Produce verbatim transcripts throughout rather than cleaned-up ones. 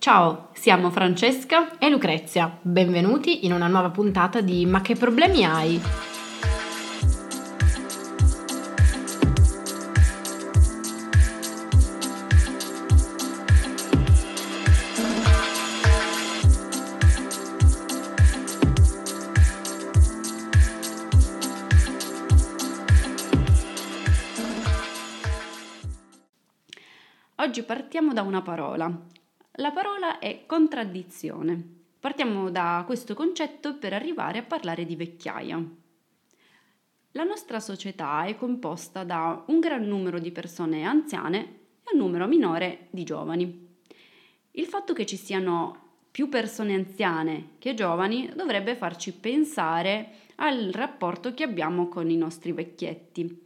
Ciao, siamo Francesca e Lucrezia, benvenuti in una nuova puntata di Ma che problemi hai? Oggi partiamo da una parola. La parola è contraddizione. Partiamo da questo concetto per arrivare a parlare di vecchiaia. La nostra società è composta da un gran numero di persone anziane e un numero minore di giovani. Il fatto che ci siano più persone anziane che giovani dovrebbe farci pensare al rapporto che abbiamo con i nostri vecchietti.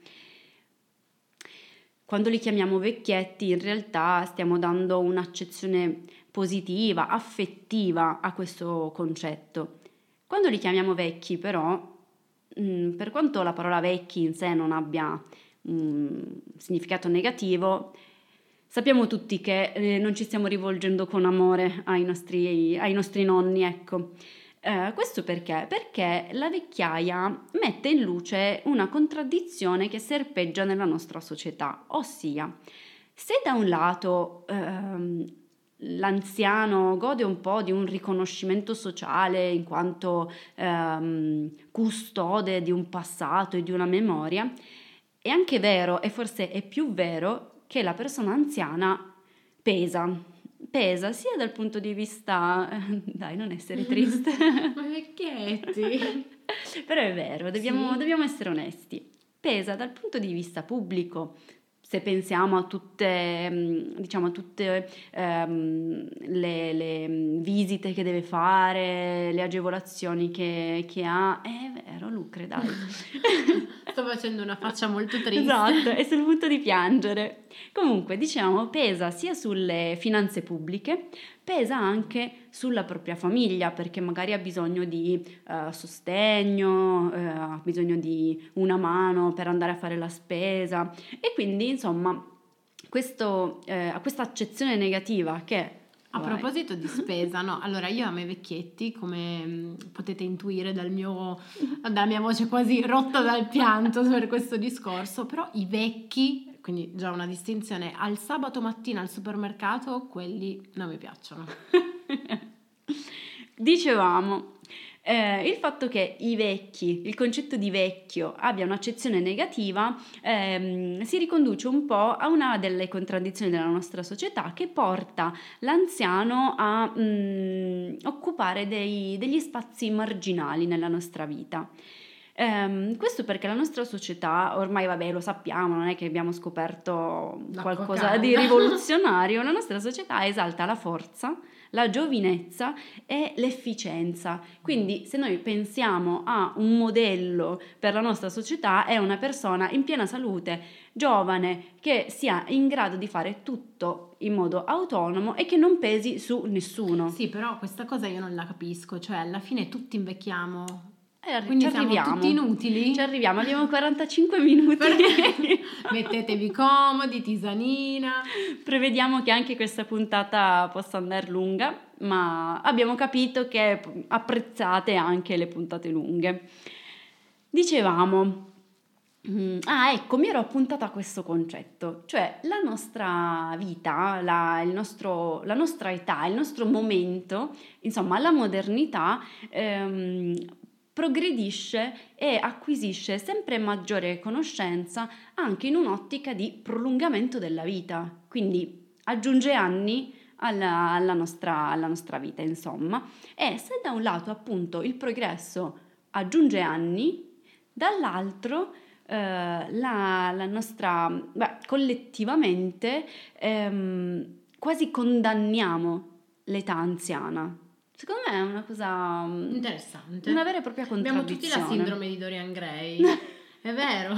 Quando li chiamiamo vecchietti, in realtà stiamo dando un'accezione positiva, affettiva a questo concetto. Quando li chiamiamo vecchi, però, mh, per quanto la parola vecchi in sé non abbia un significato negativo, sappiamo tutti che eh, non ci stiamo rivolgendo con amore ai nostri, ai nostri nonni, ecco. Eh, questo perché? Perché la vecchiaia mette in luce una contraddizione che serpeggia nella nostra società, ossia, se da un lato ehm, l'anziano gode un po' di un riconoscimento sociale in quanto ehm, custode di un passato e di una memoria, è anche vero, e forse è più vero, che la persona anziana pesa. Pesa sia dal punto di vista... Dai, non essere triste. Ma vecchietti! Però è vero, dobbiamo, Sì. dobbiamo essere onesti. Pesa dal punto di vista pubblico. Se pensiamo a tutte, diciamo, a tutte um, le, le visite che deve fare, le agevolazioni che, che ha, è vero, Lucre, dai. Sto facendo una faccia molto triste. Esatto, è sul punto di piangere. Comunque, diciamo, pesa sia sulle finanze pubbliche, pesa anche sulla propria famiglia, perché magari ha bisogno di uh, sostegno, uh, ha bisogno di una mano per andare a fare la spesa e quindi, insomma, questo, eh, questa accezione negativa che... A Vai. proposito di spesa, no, allora io amo i vecchietti, come mh, potete intuire dal mio, dalla mia voce quasi rotta dal pianto per questo discorso, però i vecchi, quindi già una distinzione, al sabato mattina al supermercato, quelli non mi piacciono. Dicevamo, eh, il fatto che i vecchi, il concetto di vecchio abbia un'accezione negativa ehm, si riconduce un po' a una delle contraddizioni della nostra società che porta l'anziano a mh, occupare dei, degli spazi marginali nella nostra vita. Um, questo perché la nostra società, ormai vabbè lo sappiamo, non è che abbiamo scoperto La qualcosa cocana. di rivoluzionario, la nostra società esalta la forza, la giovinezza e l'efficienza. Quindi se noi pensiamo a un modello per la nostra società è una persona in piena salute, giovane, che sia in grado di fare tutto in modo autonomo e che non pesi su nessuno. Sì, però questa cosa io non la capisco, cioè alla fine tutti invecchiamo. Eh, Quindi ci siamo arriviamo. tutti inutili? Ci arriviamo, abbiamo quarantacinque minuti. Mettetevi comodi, tisanina. Prevediamo che anche questa puntata possa andare lunga, ma abbiamo capito che apprezzate anche le puntate lunghe. Dicevamo, ah ecco, mi ero appuntata a questo concetto, cioè la nostra vita, la, il nostro, la nostra età, il nostro momento, insomma la modernità, ehm, progredisce e acquisisce sempre maggiore conoscenza anche in un'ottica di prolungamento della vita, quindi aggiunge anni alla, alla, nostra, alla nostra vita, insomma. E se da un lato appunto il progresso aggiunge anni, dall'altro eh, la, la nostra, beh, collettivamente ehm, quasi condanniamo l'età anziana. Secondo me è una cosa interessante, una vera e propria contraddizione. Abbiamo tutti la sindrome di Dorian Gray. È vero.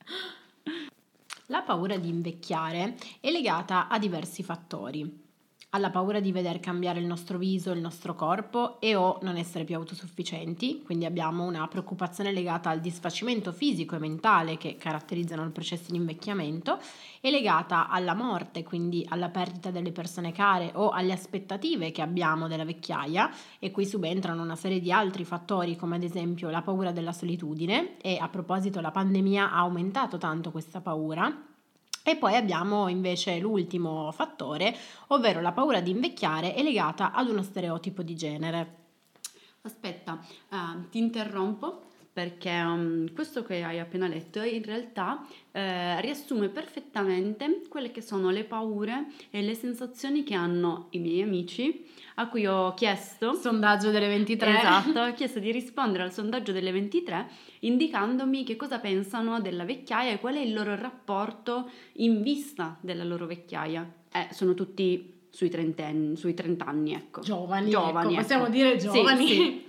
La paura di invecchiare è legata a diversi fattori. alla paura di veder cambiare il nostro viso, il nostro corpo e o non essere più autosufficienti, quindi abbiamo una preoccupazione legata al disfacimento fisico e mentale che caratterizzano il processo di invecchiamento e legata alla morte, quindi alla perdita delle persone care o alle aspettative che abbiamo della vecchiaia, e qui subentrano una serie di altri fattori come ad esempio la paura della solitudine, e a proposito la pandemia ha aumentato tanto questa paura. E poi abbiamo invece l'ultimo fattore, ovvero la paura di invecchiare è legata ad uno stereotipo di genere. Aspetta, uh, ti interrompo perché um, questo che hai appena letto in realtà eh, riassume perfettamente quelle che sono le paure e le sensazioni che hanno i miei amici, a cui ho chiesto sondaggio delle ventitré. Esatto, ho chiesto di rispondere al sondaggio delle ventitré indicandomi che cosa pensano della vecchiaia e qual è il loro rapporto in vista della loro vecchiaia. Eh, sono tutti sui trentenni, sui trent'anni, ecco. Giovani, giovani ecco, ecco. Possiamo dire giovani. Sì, sì.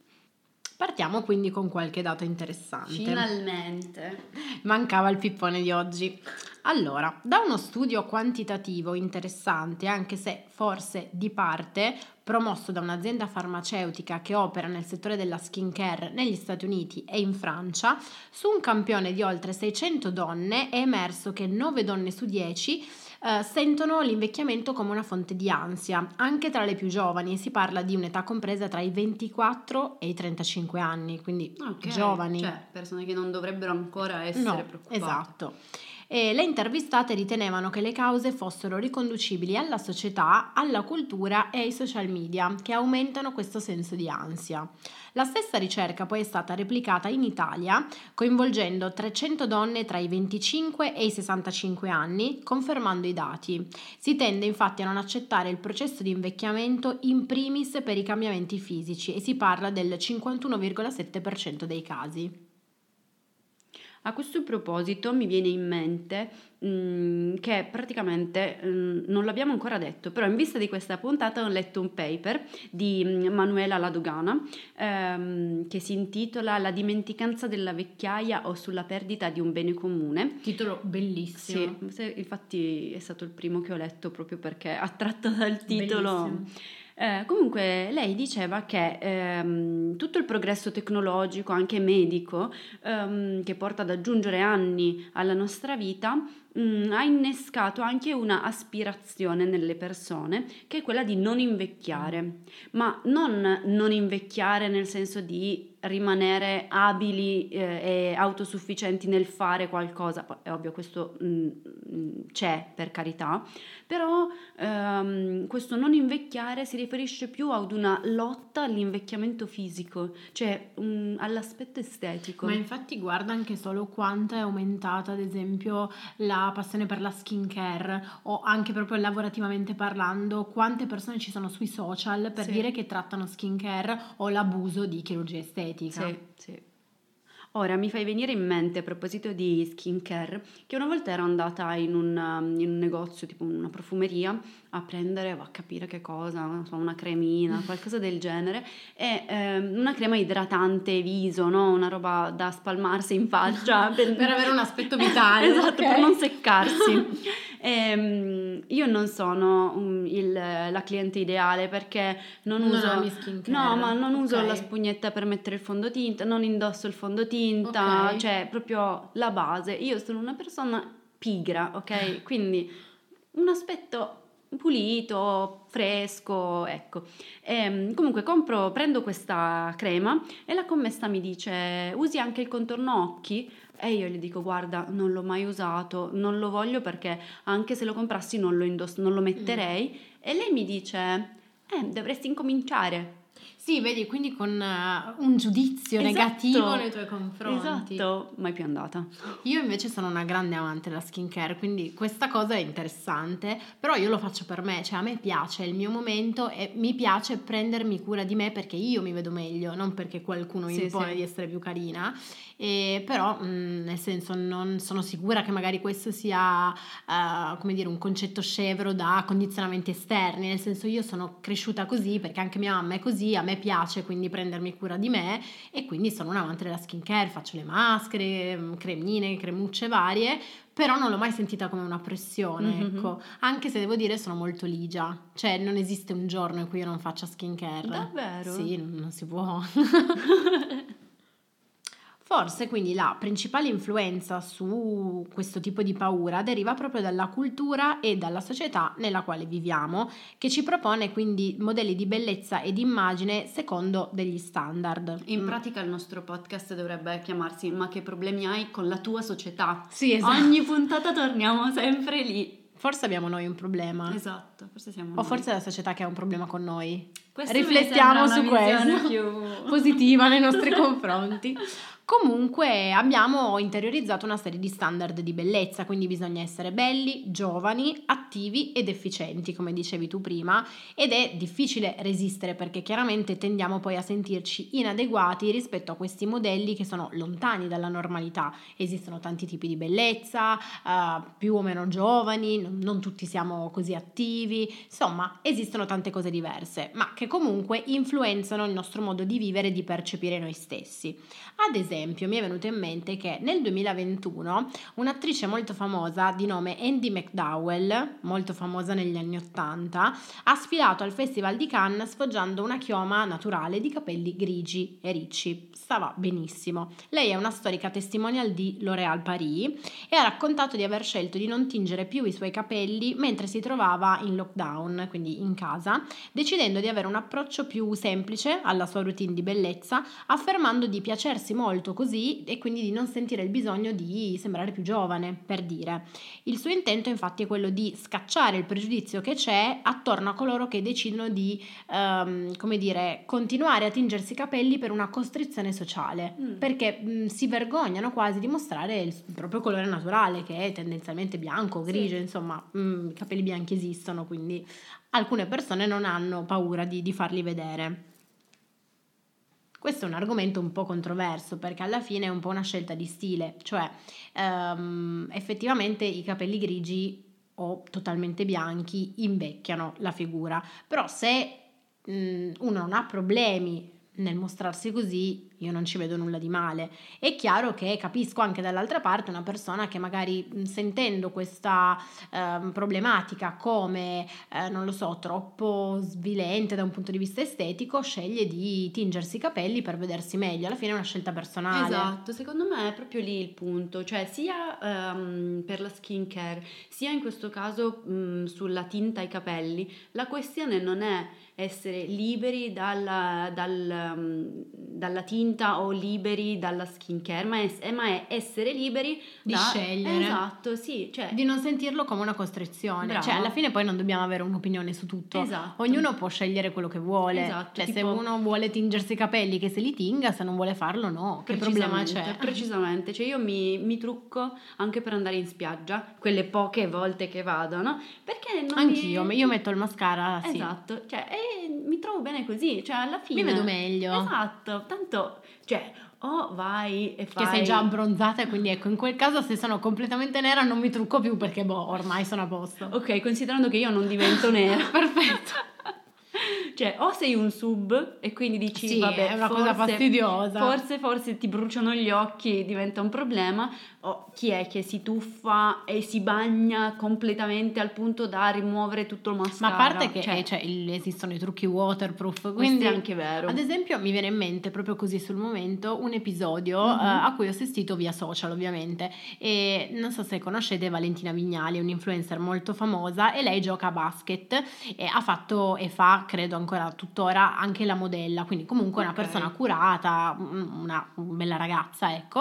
Partiamo quindi con qualche dato interessante. Finalmente. Mancava il pippone di oggi. Allora, da uno studio quantitativo interessante, anche se forse di parte, promosso da un'azienda farmaceutica che opera nel settore della skincare negli Stati Uniti e in Francia, su un campione di oltre seicento donne è emerso che nove donne su dieci Uh, sentono l'invecchiamento come una fonte di ansia, anche tra le più giovani. Si parla di un'età compresa tra i ventiquattro e i trentacinque anni, quindi okay, giovani. Cioè, persone che non dovrebbero ancora essere no, preoccupate. Esatto. E le intervistate ritenevano che le cause fossero riconducibili alla società, alla cultura e ai social media, che aumentano questo senso di ansia. La stessa ricerca poi è stata replicata in Italia, coinvolgendo trecento donne tra i venticinque e i sessantacinque anni, confermando i dati. Si tende infatti a non accettare il processo di invecchiamento in primis per i cambiamenti fisici e si parla del cinquantuno virgola sette per cento dei casi. A questo proposito mi viene in mente mh, che praticamente mh, non l'abbiamo ancora detto, però in vista di questa puntata ho letto un paper di mh, Manuela Ladogana ehm, che si intitola La dimenticanza della vecchiaia o sulla perdita di un bene comune. Titolo bellissimo. Sì, infatti è stato il primo che ho letto proprio perché attratto dal titolo. Bellissimo. Eh, comunque lei diceva che ehm, tutto il progresso tecnologico, anche medico, ehm, che porta ad aggiungere anni alla nostra vita, mh, ha innescato anche una aspirazione nelle persone, che è quella di non invecchiare, ma non non invecchiare nel senso di rimanere abili eh, e autosufficienti nel fare qualcosa. Poi, è ovvio, questo mh, c'è, per carità, però ehm, questo non invecchiare si riferisce più ad una lotta all'invecchiamento fisico, cioè um, all'aspetto estetico. Ma infatti guarda anche solo quanto è aumentata ad esempio la passione per la skincare, o anche proprio lavorativamente parlando, quante persone ci sono sui social per Sì. dire che trattano skincare o l'abuso di chirurgia estetica. Sì, sì. Ora mi fai venire in mente, a proposito di skincare, che una volta ero andata in un, in un negozio, tipo una profumeria, a prendere, a capire che cosa, non so, una cremina, qualcosa del genere, e ehm, una crema idratante viso, no? Una roba da spalmarsi in faccia per, per avere un aspetto vitale. Esatto, okay. Per non seccarsi. E, io non sono um, il, la cliente ideale perché non, non uso ami skincare. no ma non okay. uso la spugnetta per mettere il fondotinta, non indosso il fondotinta, okay. cioè proprio la base. Io sono una persona pigra, ok? Quindi un aspetto pulito, fresco, ecco. E, comunque compro, prendo questa crema e la commessa mi dice: usi anche il contorno occhi? E io gli dico: guarda, non l'ho mai usato, non lo voglio perché anche se lo comprassi non lo, indoss- non lo metterei. Mm. E lei mi dice: eh, dovresti incominciare. Sì, vedi, quindi con uh, un giudizio esatto. negativo nei tuoi confronti. Esatto, mai più andata. Io invece sono una grande amante della skincare, quindi questa cosa è interessante, però io lo faccio per me, cioè a me piace, è il mio momento e mi piace prendermi cura di me perché io mi vedo meglio, non perché qualcuno mi sì, impone sì. di essere più carina. E però mh, nel senso non sono sicura che magari questo sia uh, come dire un concetto scevro da condizionamenti esterni, nel senso io sono cresciuta così perché anche mia mamma è così, a me me piace quindi prendermi cura di me e quindi sono un amante della skincare, faccio le maschere, cremine, cremucce varie, però non l'ho mai sentita come una pressione, mm-hmm. ecco, anche se devo dire sono molto ligia, cioè non esiste un giorno in cui io non faccia skincare. Davvero? Sì, non, non si può. Forse quindi la principale influenza su questo tipo di paura deriva proprio dalla cultura e dalla società nella quale viviamo, che ci propone quindi modelli di bellezza ed immagine secondo degli standard. In pratica il nostro podcast dovrebbe chiamarsi "Ma che problemi hai con la tua società?". Sì, esatto. Ogni puntata torniamo sempre lì. Forse abbiamo noi un problema. Esatto, forse siamo O noi. forse è la società che ha un problema con noi. Questo Riflettiamo su questo. Più positiva nei nostri confronti. Comunque abbiamo interiorizzato una serie di standard di bellezza, quindi bisogna essere belli, giovani, attivi ed efficienti, come dicevi tu prima, ed è difficile resistere perché chiaramente tendiamo poi a sentirci inadeguati rispetto a questi modelli che sono lontani dalla normalità. Esistono tanti tipi di bellezza, uh, più o meno giovani, non, non tutti siamo così attivi, insomma esistono tante cose diverse, ma che comunque influenzano il nostro modo di vivere e di percepire noi stessi. Ad esempio, mi è venuto in mente che nel duemilaventuno un'attrice molto famosa di nome Andie McDowell, molto famosa negli anni ottanta, ha sfilato al Festival di Cannes sfoggiando una chioma naturale di capelli grigi e ricci. Stava benissimo. Lei è una storica testimonial di L'Oréal Paris e ha raccontato di aver scelto di non tingere più i suoi capelli mentre si trovava in lockdown, quindi in casa, decidendo di avere un approccio più semplice alla sua routine di bellezza, affermando di piacersi molto così e quindi di non sentire il bisogno di sembrare più giovane, per dire. Il suo intento infatti è quello di scacciare il pregiudizio che c'è attorno a coloro che decidono di um, come dire, continuare a tingersi i capelli per una costrizione sociale, mm. perché mh, si vergognano quasi di mostrare il proprio colore naturale, che è tendenzialmente bianco, grigio, sì. Insomma, mh, i capelli bianchi esistono, quindi alcune persone non hanno paura di, di farli vedere. Questo è un argomento un po' controverso perché alla fine è un po' una scelta di stile, cioè um, effettivamente i capelli grigi o totalmente bianchi invecchiano la figura, però se um, uno non ha problemi nel mostrarsi così, io non ci vedo nulla di male. È chiaro che capisco anche dall'altra parte una persona che magari sentendo questa eh, problematica come eh, non lo so, troppo svilente da un punto di vista estetico, sceglie di tingersi i capelli per vedersi meglio. Alla fine è una scelta personale. Esatto, secondo me è proprio lì il punto, cioè sia um, per la skincare sia in questo caso um, sulla tinta ai capelli, la questione non è essere liberi dalla, dal, um, dalla tinta o liberi dalla skincare, ma è, ma è essere liberi di da, scegliere. Esatto, sì, cioè di non sentirlo come una costrizione. Bravo. Cioè alla fine poi non dobbiamo avere un'opinione su tutto. Esatto. Ognuno può scegliere quello che vuole. Esatto, cioè tipo, se uno vuole tingersi i capelli che se li tinga, se non vuole farlo no, che problema c'è? Precisamente, cioè io mi, mi trucco anche per andare in spiaggia, quelle poche volte che vado, no? Perché non Anch'io, mi... io metto il mascara, sì. Esatto, cioè e mi trovo bene così, cioè alla fine mi vedo meglio. Esatto, tanto, cioè o vai e fai... Che sei già abbronzata e quindi ecco, in quel caso se sono completamente nera non mi trucco più perché boh, ormai sono a posto. Ok, considerando che io non divento nera. Perfetto. Cioè o sei un sub e quindi dici sì, vabbè, è una forse, cosa fastidiosa, forse forse ti bruciano gli occhi, diventa un problema, o chi è che si tuffa e si bagna completamente al punto da rimuovere tutto il mascara. Ma a parte che cioè, cioè, esistono i trucchi waterproof, quindi è anche vero. Ad esempio mi viene in mente proprio così sul momento un episodio mm-hmm. uh, a cui ho assistito via social ovviamente, e non so se conoscete Valentina Vignali, un'influencer molto famosa, e lei gioca a basket e ha fatto e fa credo ancora tuttora anche la modella, quindi comunque okay. Una persona curata, una bella ragazza, ecco,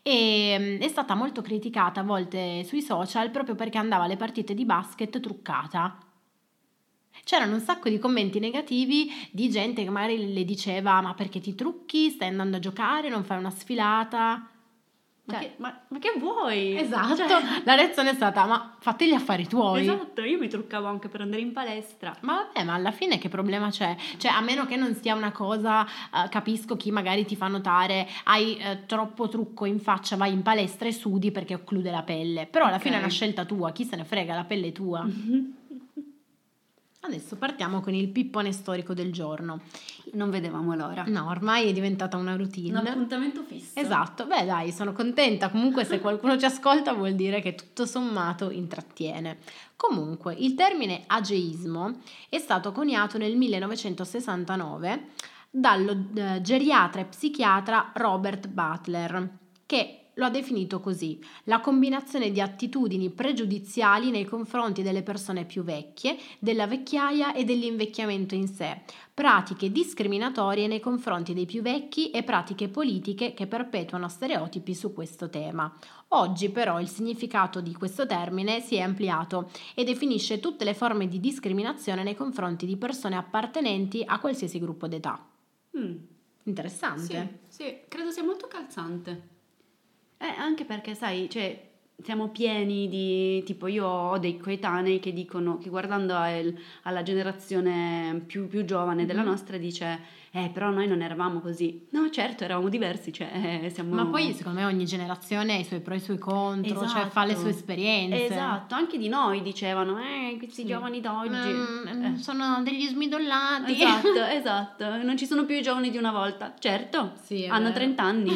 e è stata molto criticata a volte sui social proprio perché andava alle partite di basket truccata. C'erano un sacco di commenti negativi di gente che magari le diceva ma perché ti trucchi, stai andando a giocare, non fai una sfilata. Ma, cioè, che, ma, ma che vuoi? Esatto, cioè, la reazione è stata ma fatti gli affari tuoi. Esatto, io mi truccavo anche per andare in palestra. Ma vabbè, ma alla fine che problema c'è? Cioè a meno che non sia una cosa, uh, capisco chi magari ti fa notare hai uh, troppo trucco in faccia, vai in palestra e sudi perché occlude la pelle, però alla okay. fine è una scelta tua, chi se ne frega, la pelle è tua. Adesso partiamo con il pippone storico del giorno. Non vedevamo l'ora. No, ormai è diventata una routine. Un appuntamento fisso. Esatto, beh dai, sono contenta. Comunque se qualcuno ci ascolta vuol dire che tutto sommato intrattiene. Comunque, il termine ageismo è stato coniato nel millenovecentosessantanove dallo eh, geriatra e psichiatra Robert Butler, che lo ha definito così: la combinazione di attitudini pregiudiziali nei confronti delle persone più vecchie, della vecchiaia e dell'invecchiamento in sé, pratiche discriminatorie nei confronti dei più vecchi e pratiche politiche che perpetuano stereotipi su questo tema. Oggi però il significato di questo termine si è ampliato e definisce tutte le forme di discriminazione nei confronti di persone appartenenti a qualsiasi gruppo d'età. Mm. Interessante. Sì, sì, credo sia molto calzante. Eh, anche perché, sai, cioè, siamo pieni di, tipo, io ho dei coetanei che dicono, che guardando al- alla generazione più, più giovane della Mhm. nostra dice, eh, però noi non eravamo così. No, certo, eravamo diversi, cioè, eh, siamo... Ma poi secondo me ogni generazione ha i suoi pro e i suoi contro, cioè fa le Esatto. sue esperienze. Esatto, anche di noi dicevano, eh, questi Sì. giovani d'oggi. Mm, Eh. sono degli smidollati. Esatto, esatto, non ci sono più i giovani di una volta. Certo, Sì, è hanno vero. trenta anni.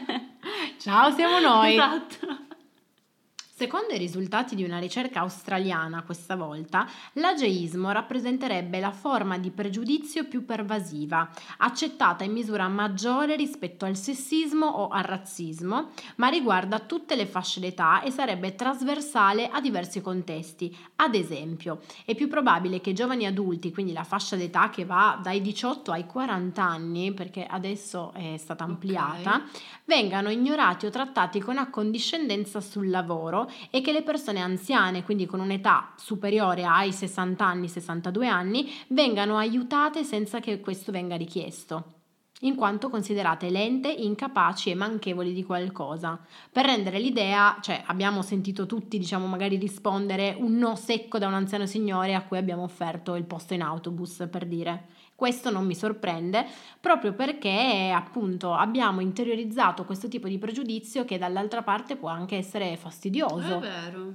Ciao, siamo noi. Esatto. Secondo i risultati di una ricerca australiana questa volta, l'ageismo rappresenterebbe la forma di pregiudizio più pervasiva, accettata in misura maggiore rispetto al sessismo o al razzismo, ma riguarda tutte le fasce d'età e sarebbe trasversale a diversi contesti. Ad esempio, è più probabile che giovani adulti, quindi la fascia d'età che va dai diciotto ai quaranta anni, perché adesso è stata ampliata, Ok. vengano ignorati o trattati con accondiscendenza sul lavoro, e che le persone anziane, quindi con un'età superiore ai sessanta anni, sessantadue anni, vengano aiutate senza che questo venga richiesto, in quanto considerate lente, incapaci e manchevoli di qualcosa. Per rendere l'idea, cioè abbiamo sentito tutti, diciamo, magari rispondere un no secco da un anziano signore a cui abbiamo offerto il posto in autobus, per dire. Questo non mi sorprende, proprio perché appunto abbiamo interiorizzato questo tipo di pregiudizio che dall'altra parte può anche essere fastidioso. È vero.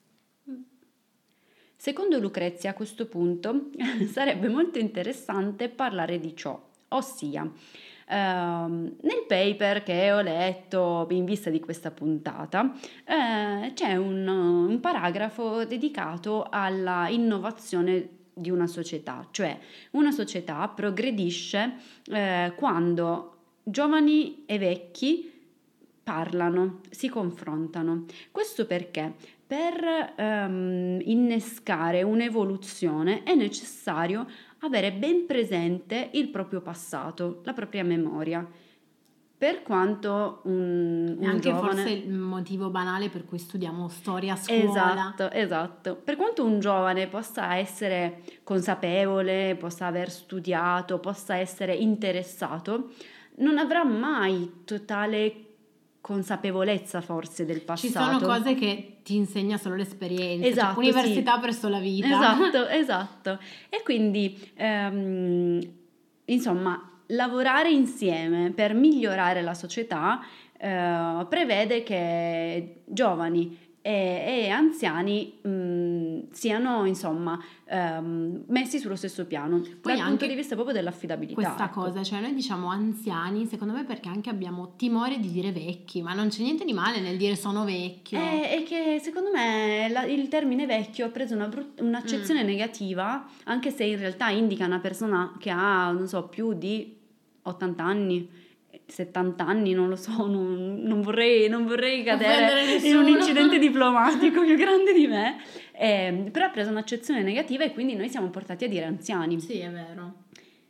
Secondo Lucrezia a questo punto sarebbe molto interessante parlare di ciò, ossia ehm, nel paper che ho letto in vista di questa puntata eh, c'è un, un paragrafo dedicato alla innovazione di una società, cioè una società progredisce eh, quando giovani e vecchi parlano, si confrontano. Questo perché per ehm, innescare un'evoluzione è necessario avere ben presente il proprio passato, la propria memoria. Per quanto un, È un anche giovane... forse il motivo banale per cui studiamo storia a scuola. Esatto, esatto. Per quanto un giovane possa essere consapevole, possa aver studiato, possa essere interessato, non avrà mai totale consapevolezza forse del passato. Ci sono cose che ti insegna solo l'esperienza, Esatto, cioè università sì. presso la vita. Esatto, esatto. E quindi, ehm, insomma, lavorare insieme per migliorare la società eh, prevede che giovani e, e anziani mh, siano, insomma, ehm, messi sullo stesso piano Poi dal punto anche di vista proprio dell'affidabilità. questa ecco. cosa, cioè noi diciamo anziani, secondo me perché anche abbiamo timore di dire vecchi, ma non c'è niente di male nel dire sono vecchio. È, è che secondo me la- il termine vecchio ha preso una brut- un'accezione negativa, anche se in realtà indica una persona che ha, non so, più di ottanta anni, settanta anni, non lo so, non, non vorrei, non vorrei cadere Offendere in un nessuno. incidente diplomatico più grande di me, eh, però ha preso un'accezione negativa e quindi noi siamo portati a dire anziani. Sì, è vero.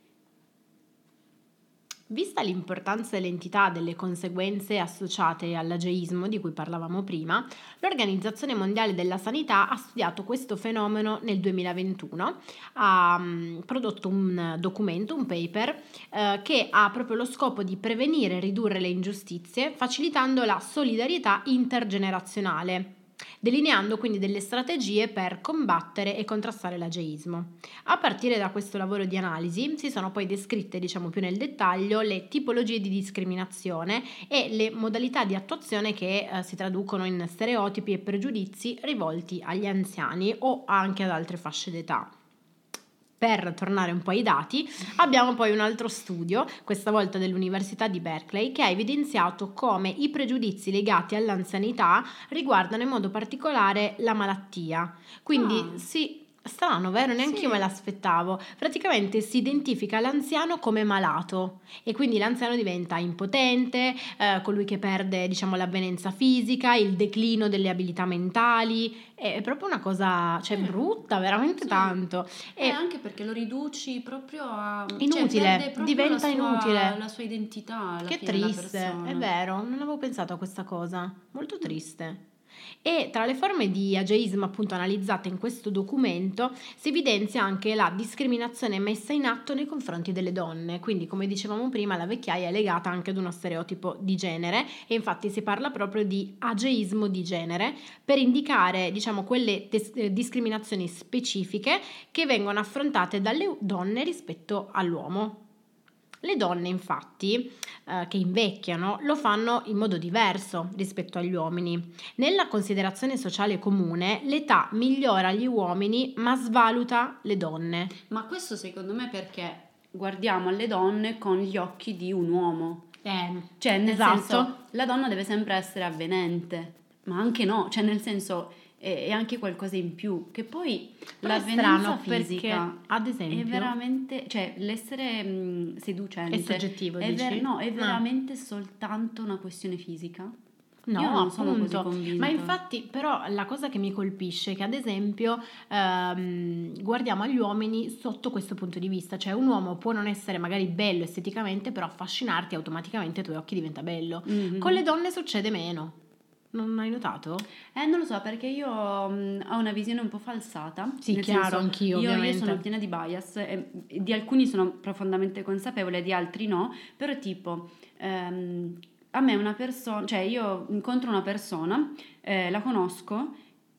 Vista l'importanza e l'entità delle conseguenze associate all'ageismo di cui parlavamo prima, l'Organizzazione Mondiale della Sanità ha studiato questo fenomeno nel duemilaventuno, ha um, prodotto un documento, un paper, eh, che ha proprio lo scopo di prevenire e ridurre le ingiustizie, facilitando la solidarietà intergenerazionale, delineando quindi delle strategie per combattere e contrastare l'ageismo. A partire da questo lavoro di analisi si sono poi descritte, diciamo più nel dettaglio, le tipologie di discriminazione e le modalità di attuazione che eh, si traducono in stereotipi e pregiudizi rivolti agli anziani o anche ad altre fasce d'età. per tornare un po' ai dati, abbiamo poi un altro studio, questa volta dell'Università di Berkeley, che ha evidenziato come i pregiudizi legati all'anzianità riguardano in modo particolare la malattia. Quindi Ah. sì, strano, vero? Neanche Sì. io me l'aspettavo. Praticamente si identifica l'anziano come malato e quindi l'anziano diventa impotente, eh, colui che perde, diciamo, l'avvenenza fisica, il declino delle abilità mentali. È proprio una cosa, cioè, Sì. brutta, veramente Sì. tanto. E E anche perché lo riduci proprio a... inutile, cioè, perde proprio diventa la sua, inutile. la sua identità alla Che fine, la triste, persona. è vero, non avevo pensato a questa cosa, molto triste. E tra le forme di ageismo appunto analizzate in questo documento si evidenzia anche la discriminazione messa in atto nei confronti delle donne, quindi come dicevamo prima la vecchiaia è legata anche ad uno stereotipo di genere e infatti si parla proprio di ageismo di genere per indicare, diciamo, quelle des- discriminazioni specifiche che vengono affrontate dalle donne rispetto all'uomo. Le donne infatti eh, che invecchiano lo fanno in modo diverso rispetto agli uomini. Nella considerazione sociale comune l'età migliora gli uomini ma svaluta le donne. Ma questo secondo me perché guardiamo alle donne con gli occhi di un uomo. Eh, Cioè, nel esatto. senso, la donna deve sempre essere avvenente, ma anche no, cioè nel senso è, è anche qualcosa in più, che poi Però è l'avvenenza strano fisica perché, ad esempio, è veramente, cioè l'essere mh, seducente è soggettivo, è dici? ver- no, è Ah. veramente soltanto una questione fisica? No, Io non sono così appunto, convinta. ma infatti però la cosa che mi colpisce è che ad esempio ehm, guardiamo agli uomini sotto questo punto di vista, cioè un uomo può non essere magari bello esteticamente, però affascinarti automaticamente ai tuoi occhi diventa bello. Mhm. Con le donne succede meno, non hai notato? Eh, non lo so, perché io mh, ho una visione un po' falsata. Sì, nel chiaro, senso, anch'io, io, ovviamente. io sono piena di bias, e di alcuni sono profondamente consapevole, di altri no, però tipo, ehm, a me una persona, cioè io incontro una persona, eh, la conosco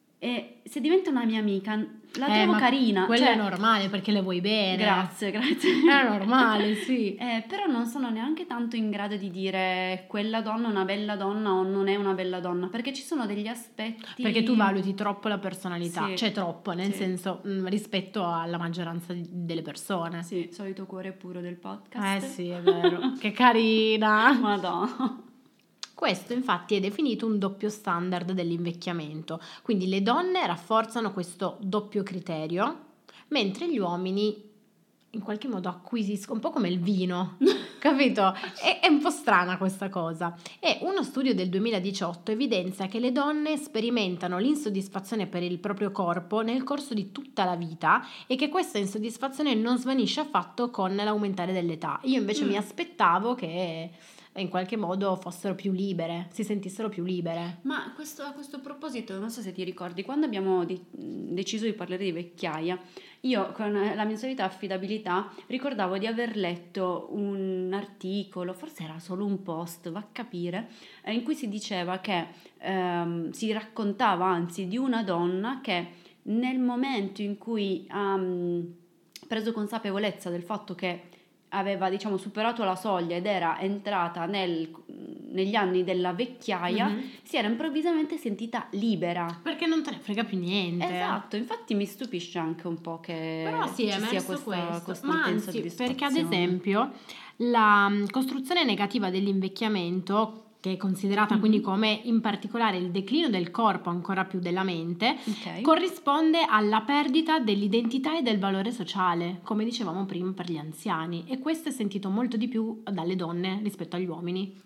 e se diventa una mia amica la Eh, trovo ma carina. quello cioè, è normale perché le vuoi bene. Grazie, grazie. È normale, sì. Eh, però non sono neanche tanto in grado di dire quella donna è una bella donna o non è una bella donna, perché ci sono degli aspetti... Perché tu valuti troppo la personalità, Sì, cioè troppo, nel sì. senso mh, rispetto alla maggioranza di- delle persone. Sì, solito cuore puro del podcast. Eh sì, è vero. Che carina. Madonna. Questo infatti è definito un doppio standard dell'invecchiamento, quindi le donne rafforzano questo doppio criterio, mentre gli uomini in qualche modo acquisiscono, un po' come il vino, capito? È, è un po' strana questa cosa. E uno studio del duemiladiciotto evidenzia che le donne sperimentano l'insoddisfazione per il proprio corpo nel corso di tutta la vita e che questa insoddisfazione non svanisce affatto con l'aumentare dell'età. Io invece Mm. mi aspettavo che in qualche modo fossero più libere, si sentissero più libere. Ma questo, a questo proposito, non so se ti ricordi, quando abbiamo de- deciso di parlare di vecchiaia, io con la mia solita affidabilità ricordavo di aver letto un articolo, forse era solo un post, va a capire, eh, in cui si diceva che ehm, si raccontava anzi di una donna che nel momento in cui ha mm, preso consapevolezza del fatto che aveva, diciamo, superato la soglia ed era entrata nel, negli anni della vecchiaia, Mhm. si era improvvisamente sentita libera. Perché non te ne frega più niente. Esatto, infatti mi stupisce anche un po' che Però sì, è ci sia emerso questa, questo, questa ma intensa anzi, perché ad soddisfazione. esempio la mm, costruzione negativa dell'invecchiamento, che è considerata Mhm. quindi come in particolare il declino del corpo ancora più della mente, Ok. corrisponde alla perdita dell'identità e del valore sociale, come dicevamo prima per gli anziani, e questo è sentito molto di più dalle donne rispetto agli uomini.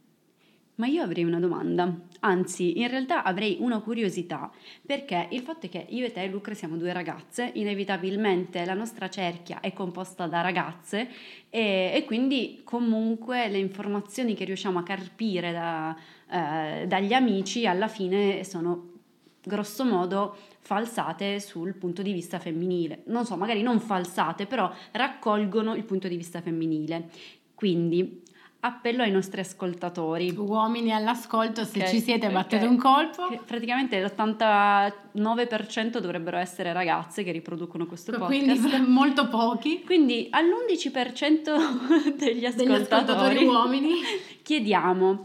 Ma io avrei una domanda, anzi in realtà avrei una curiosità, perché il fatto è che io e te, Lucre, siamo due ragazze, inevitabilmente la nostra cerchia è composta da ragazze e, e quindi comunque le informazioni che riusciamo a carpire da, eh, dagli amici alla fine sono grosso modo falsate sul punto di vista femminile. Non so, magari non falsate, però raccolgono il punto di vista femminile. Quindi appello ai nostri ascoltatori. Uomini all'ascolto, se Ok, ci siete ok. battete un colpo. Che praticamente l'ottantanove per cento dovrebbero essere ragazze che riproducono questo podcast. Quindi molto pochi Quindi all'undici per cento degli ascoltatori, degli ascoltatori uomini. chiediamo,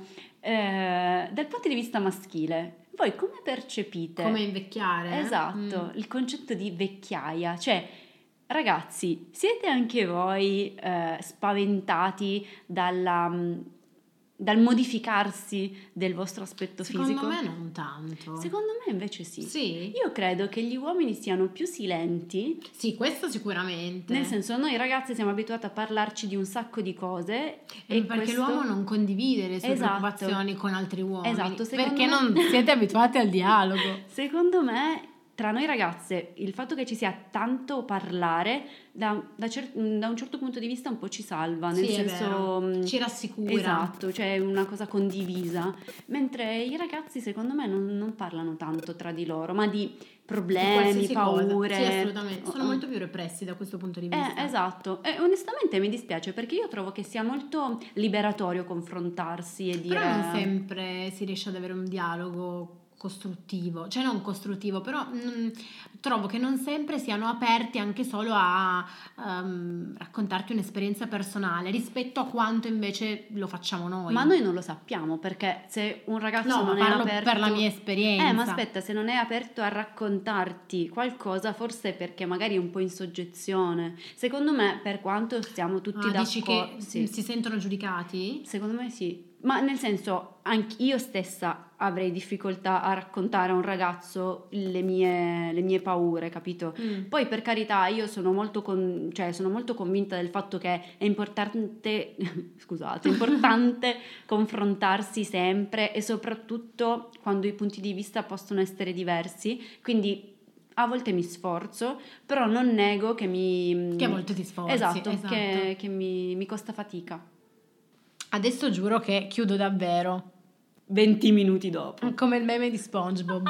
eh, dal punto di vista maschile, voi come percepite? Come invecchiare? Esatto, Mm. il concetto di vecchiaia, cioè ragazzi, siete anche voi eh, spaventati dalla, dal modificarsi del vostro aspetto Secondo fisico? me non tanto. Secondo me invece sì. Sì? Io credo che gli uomini siano più silenti. Sì, questo sicuramente. Nel senso, noi ragazzi siamo abituati a parlarci di un sacco di cose. E e perché questo... l'uomo non condivide le sue Esatto. preoccupazioni con altri uomini. Esatto, secondo perché me... non siete abituati al dialogo. Secondo me, tra noi ragazze, il fatto che ci sia tanto parlare, da, da, cer- da un certo punto di vista un po' ci salva, nel Sì, è senso... vero. Ci rassicura. Esatto, cioè una cosa condivisa. Mentre i ragazzi, secondo me, non, non parlano tanto tra di loro, ma di problemi, Di paure. Cosa. Sì, assolutamente. Sono Oh. molto più repressi da questo punto di vista. Eh, esatto. E onestamente mi dispiace perché io trovo che sia molto liberatorio confrontarsi e dire... Però non sempre si riesce ad avere un dialogo costruttivo, cioè non costruttivo, però mh, trovo che non sempre siano aperti anche solo a um, raccontarti un'esperienza personale rispetto a quanto invece lo facciamo noi. Ma noi non lo sappiamo, perché se un ragazzo no, non ma parlo è aperto... per la mia esperienza. Eh, ma aspetta, se non è aperto a raccontarti qualcosa, forse è perché magari è un po' in soggezione. Secondo me, per quanto siamo tutti ah, d'accordo... dici che sì. si sentono giudicati? Secondo me sì. Ma nel senso, anche io stessa avrei difficoltà a raccontare a un ragazzo le mie, le mie paure, capito? Mm. Poi per carità, io sono molto, con, cioè, sono molto convinta del fatto che è importante, scusate, è importante confrontarsi sempre e soprattutto quando i punti di vista possono essere diversi, quindi a volte mi sforzo, però non nego che mi... Che a volte ti sforzi. Esatto, esatto. che, che mi, mi costa fatica. Adesso giuro che chiudo davvero. venti minuti dopo. Come il meme di SpongeBob.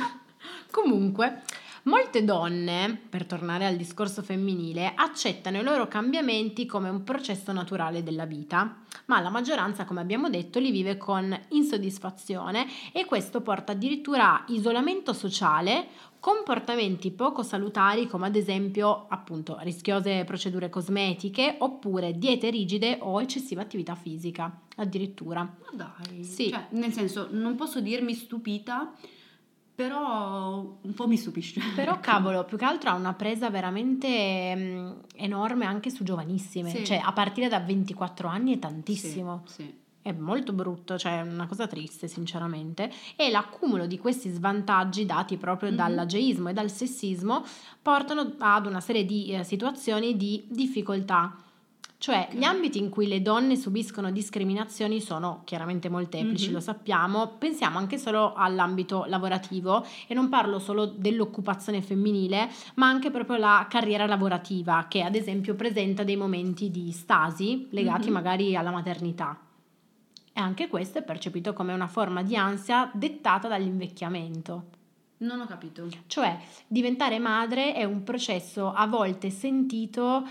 Comunque, molte donne, per tornare al discorso femminile, accettano i loro cambiamenti come un processo naturale della vita, ma la maggioranza, come abbiamo detto, li vive con insoddisfazione e questo porta addirittura a isolamento sociale, comportamenti poco salutari come ad esempio appunto rischiose procedure cosmetiche oppure diete rigide o eccessiva attività fisica addirittura. Ma dai, sì. Cioè, nel senso, non posso dirmi stupita, però un po' mi stupisce. Però cavolo, più che altro ha una presa veramente mh, enorme anche su giovanissime, Sì. cioè a partire da ventiquattro anni è tantissimo. Sì, sì. È molto brutto, cioè è una cosa triste sinceramente, e l'accumulo di questi svantaggi dati proprio Mhm. dall'ageismo e dal sessismo portano ad una serie di eh, situazioni di difficoltà. Cioè Ok. gli ambiti in cui le donne subiscono discriminazioni sono chiaramente molteplici, Mhm. lo sappiamo, pensiamo anche solo all'ambito lavorativo e non parlo solo dell'occupazione femminile, ma anche proprio la carriera lavorativa che ad esempio presenta dei momenti di stasi legati Mhm. magari alla maternità. E anche questo è percepito come una forma di ansia dettata dall'invecchiamento. Non ho capito. Cioè, diventare madre è un processo a volte sentito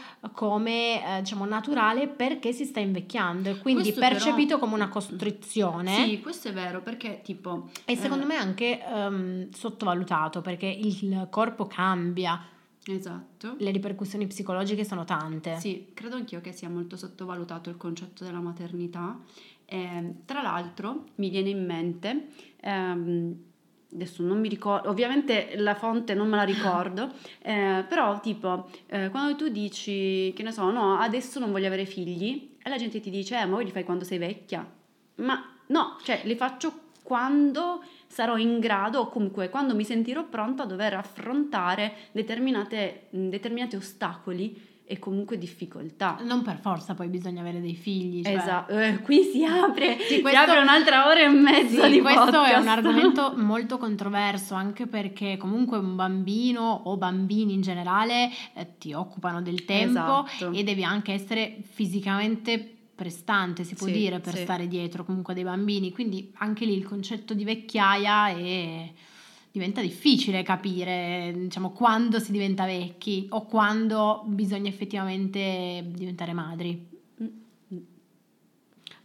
come, eh, diciamo, naturale perché si sta invecchiando e quindi Questo percepito però- come una costrizione. Sì, questo è vero, perché tipo... E secondo eh, me anche ehm, sottovalutato perché il corpo cambia, Esatto. le ripercussioni psicologiche sono tante. Sì, credo anch'io che sia molto sottovalutato il concetto della maternità. Eh, tra l'altro mi viene in mente, ehm, adesso non mi ricordo, ovviamente la fonte non me la ricordo, eh, però tipo eh, quando tu dici, che ne so, no, adesso non voglio avere figli e la gente ti dice, eh, ma poi li fai quando sei vecchia. Ma no, cioè li faccio quando sarò in grado o comunque quando mi sentirò pronta a dover affrontare determinate, mh, determinati ostacoli e comunque difficoltà. Non per forza poi bisogna avere dei figli. Cioè... Esatto, eh, qui si apre, Sì, si questo- apre un'altra ora e mezza Sì, di questo podcast. è un argomento molto controverso anche perché comunque un bambino o bambini in generale eh, ti occupano del tempo Esatto. e devi anche essere fisicamente prestante, si può Sì, dire, per sì. stare dietro comunque dei bambini, quindi anche lì il concetto di vecchiaia è... diventa difficile capire, diciamo, quando si diventa vecchi o quando bisogna effettivamente diventare madri. Mm.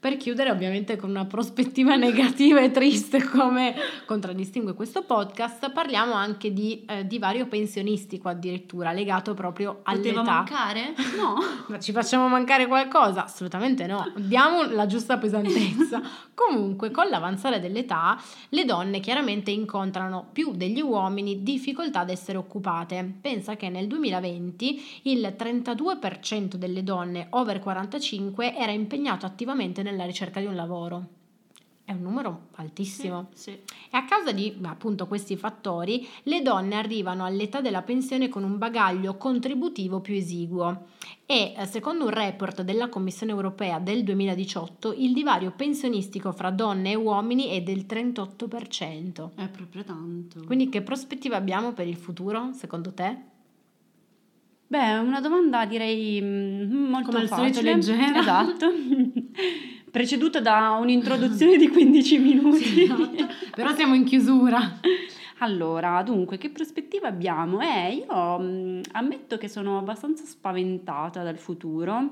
Per chiudere ovviamente con una prospettiva negativa e triste come contraddistingue questo podcast, parliamo anche di eh, divario pensionistico addirittura, legato proprio all'età. Poteva mancare? No. Ma ci facciamo mancare qualcosa? Assolutamente no, diamo la giusta pesantezza. Comunque con l'avanzare dell'età le donne chiaramente incontrano più degli uomini difficoltà ad essere occupate. Pensa che nel duemilaventi il trentadue per cento delle donne over quarantacinque era impegnato attivamente nella ricerca di un lavoro. È un numero altissimo. Sì, sì. E a causa di appunto questi fattori, le donne arrivano all'età della pensione con un bagaglio contributivo più esiguo. E secondo un report della Commissione europea del duemiladiciotto, il divario pensionistico fra donne e uomini è del trentotto per cento. È proprio tanto. Quindi che prospettive abbiamo per il futuro, secondo te? Beh, è una domanda direi mm, molto Come al facile. solito leggera. Esatto. Preceduta da un'introduzione di quindici minuti. Sì, esatto. Però siamo in chiusura. Allora, dunque, che prospettiva abbiamo? Eh, io mh, ammetto che sono abbastanza spaventata dal futuro,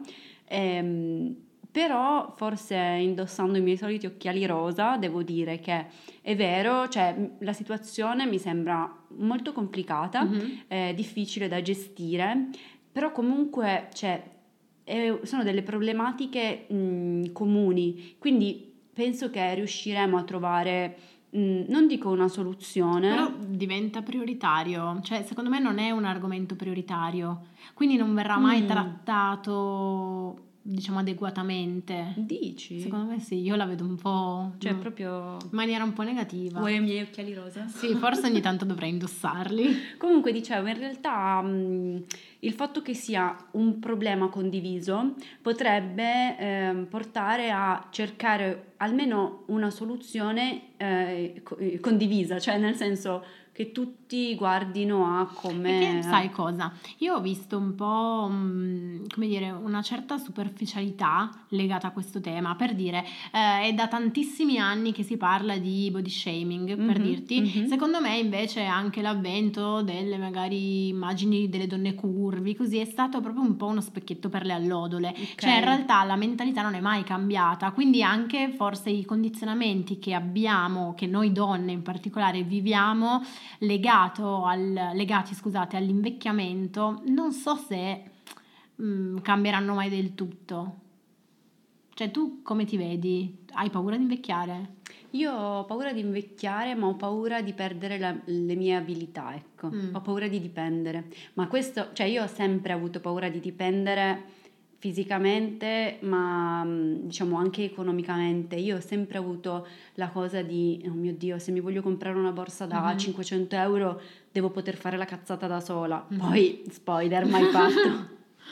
ehm, però forse indossando i miei soliti occhiali rosa devo dire che è vero, cioè m- la situazione mi sembra molto complicata, Mm-hmm. eh, difficile da gestire, però comunque cioè, eh, sono delle problematiche mh, comuni, quindi penso che riusciremo a trovare, mh, non dico una soluzione. Però diventa prioritario, cioè secondo me non è un argomento prioritario, quindi non verrà mai Mm. trattato, diciamo, adeguatamente. Dici? Secondo me sì, io la vedo un po', Cioè mm, proprio... in maniera un po' negativa. Vuoi i miei occhiali rosa? Sì, forse ogni tanto dovrei indossarli. Comunque dicevo, in realtà mh, il fatto che sia un problema condiviso potrebbe ehm, portare a cercare almeno una soluzione eh, co- eh, condivisa, cioè nel senso che tutti guardino a come... Perché sai cosa? Io ho visto un po', mm, come dire, una certa superficialità legata a questo tema, per dire, eh, è da tantissimi anni che si parla di body shaming, per Mhm, dirti. mhm. Secondo me invece anche l'avvento delle magari immagini delle donne curvi, così è stato proprio un po' uno specchietto per le allodole. Ok. Cioè in realtà la mentalità non è mai cambiata, quindi anche forse i condizionamenti che abbiamo, che noi donne in particolare viviamo, legato al, legati scusate, all'invecchiamento, non so se mm, cambieranno mai del tutto. Cioè tu come ti vedi? Hai paura di invecchiare? Io ho paura di invecchiare, ma ho paura di perdere la- le mie abilità, ecco. Mm. Ho paura di dipendere. Ma questo, cioè io ho sempre avuto paura di dipendere fisicamente, ma mh, diciamo anche economicamente. Io ho sempre avuto la cosa di, oh mio Dio, se mi voglio comprare una borsa da Mhm. cinquecento euro, devo poter fare la cazzata da sola. Mhm. Poi, spoiler, mai fatto.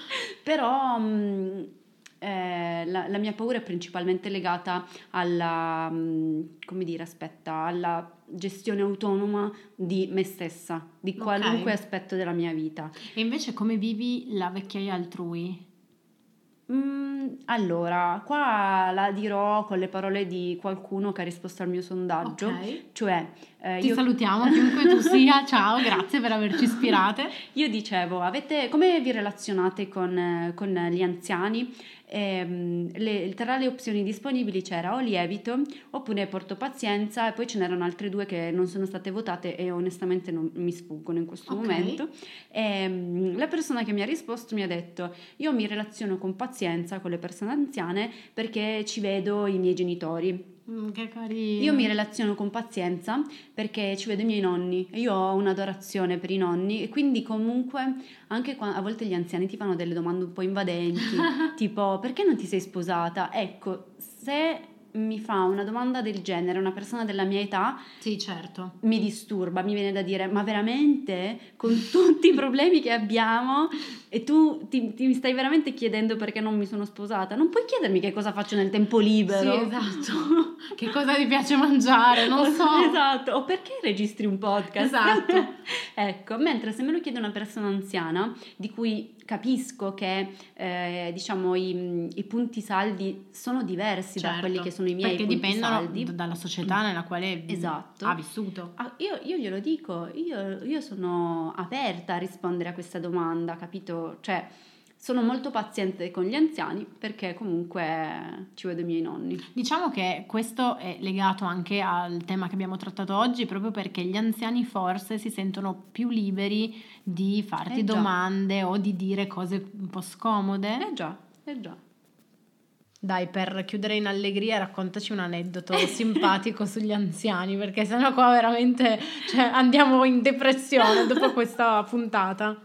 Però mh, eh, la, la mia paura è principalmente legata alla, mh, come dire, aspetta, alla gestione autonoma di me stessa, di Ok. qualunque aspetto della mia vita. E invece come vivi la vecchiaia altrui? Mm, allora, qua la dirò con le parole di qualcuno che ha risposto al mio sondaggio, Ok. cioè eh, Ti io, salutiamo, chiunque tu sia, ciao, grazie per averci ispirate. io dicevo, avete, come vi relazionate con, eh, con gli anziani? Ehm, le- tra le opzioni disponibili c'era o lievito oppure porto pazienza e poi ce n'erano altre due che non sono state votate e onestamente non mi sfuggono in questo Ok. momento. Ehm, la persona che mi ha risposto mi ha detto: io mi relaziono con pazienza con le persone anziane perché ci vedo i miei genitori. Mm, che carino. Io mi relaziono con pazienza perché ci vedo i miei nonni e io ho un'adorazione per i nonni e quindi comunque anche qua, a volte gli anziani ti fanno delle domande un po' invadenti, tipo perché non ti sei sposata? Ecco, se mi fa una domanda del genere una persona della mia età Sì, certo. mi disturba, mi viene da dire ma veramente con tutti i problemi che abbiamo e tu ti, ti stai veramente chiedendo perché non mi sono sposata? Non puoi chiedermi che cosa faccio nel tempo libero. Sì, esatto. Che cosa ti piace mangiare, non so. Esatto, o perché registri un podcast? Esatto. Ecco, mentre se me lo chiede una persona anziana di cui capisco che eh, diciamo i, i punti saldi sono diversi da Certo, quelli che sono i miei perché punti dipendono saldi. d- dalla società nella quale Esatto. ha vissuto. Ah, io, io glielo dico, io, io sono aperta a rispondere a questa domanda, capito? Cioè, sono molto paziente con gli anziani perché comunque ci vedo i miei nonni. Diciamo che questo è legato anche al tema che abbiamo trattato oggi, proprio perché gli anziani forse si sentono più liberi di farti Eh già. domande o di dire cose un po' scomode. Eh già, eh già. Dai, per chiudere in allegria, raccontaci un aneddoto simpatico sugli anziani, perché sennò qua veramente, cioè, andiamo in depressione dopo questa puntata.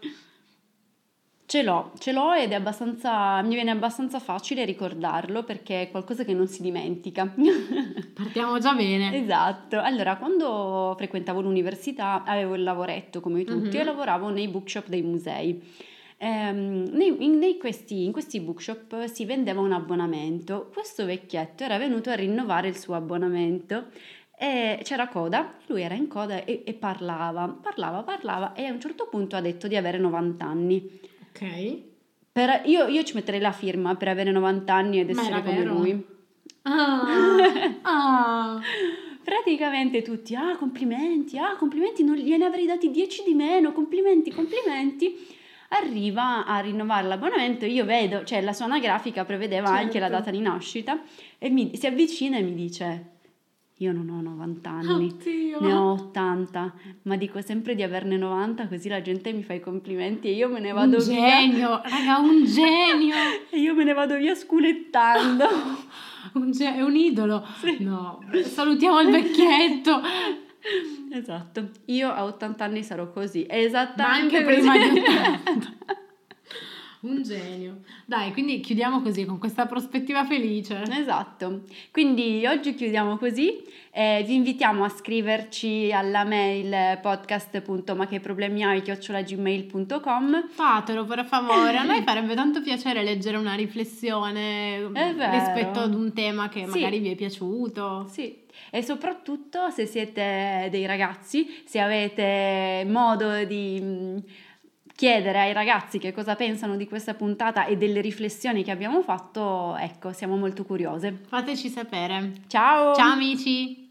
Ce l'ho, ce l'ho ed è abbastanza, mi viene abbastanza facile ricordarlo perché è qualcosa che non si dimentica. Partiamo già bene. Esatto. Allora, quando frequentavo l'università avevo il lavoretto come tutti Mhm. e lavoravo nei bookshop dei musei. Ehm, nei- in, nei questi, in questi bookshop si vendeva un abbonamento. Questo vecchietto era venuto a rinnovare il suo abbonamento e c'era coda, lui era in coda e, e parlava, parlava, parlava e a un certo punto ha detto di avere novanta anni. Ok. Per- io, io ci metterei la firma per avere novanta anni ed Ma essere era come vero? lui. Ah, ah. Praticamente tutti, ah complimenti, ah complimenti, non gliene avrei dati dieci di meno, complimenti, complimenti. Arriva a rinnovare l'abbonamento, io vedo, cioè la sua anagrafica prevedeva anche la Certo. data di nascita e mi, si avvicina e mi dice, io non ho novanta anni, Oddio. ne ho ottanta, ma dico sempre di averne novanta così la gente mi fa i complimenti e io me ne vado Un via. genio, raga, un genio. E io me ne vado via sculettando. Un ge- è un idolo. Sì. No, salutiamo il vecchietto. Esatto, io a ottanta anni sarò così, Ma esattamente anche prima così. di ottanta. Un genio. Dai, quindi chiudiamo così con questa prospettiva felice. Esatto, quindi oggi chiudiamo così, eh, vi invitiamo a scriverci alla mail podcast punto ma che problemi hai chiocciola gmail punto com. Fatelo per favore, a noi farebbe tanto piacere leggere una riflessione È vero. rispetto ad un tema che Sì. magari vi è piaciuto. Sì, e soprattutto se siete dei ragazzi, se avete modo di mh, chiedere ai ragazzi che cosa pensano di questa puntata e delle riflessioni che abbiamo fatto, ecco, siamo molto curiose. Fateci sapere. Ciao! Ciao amici!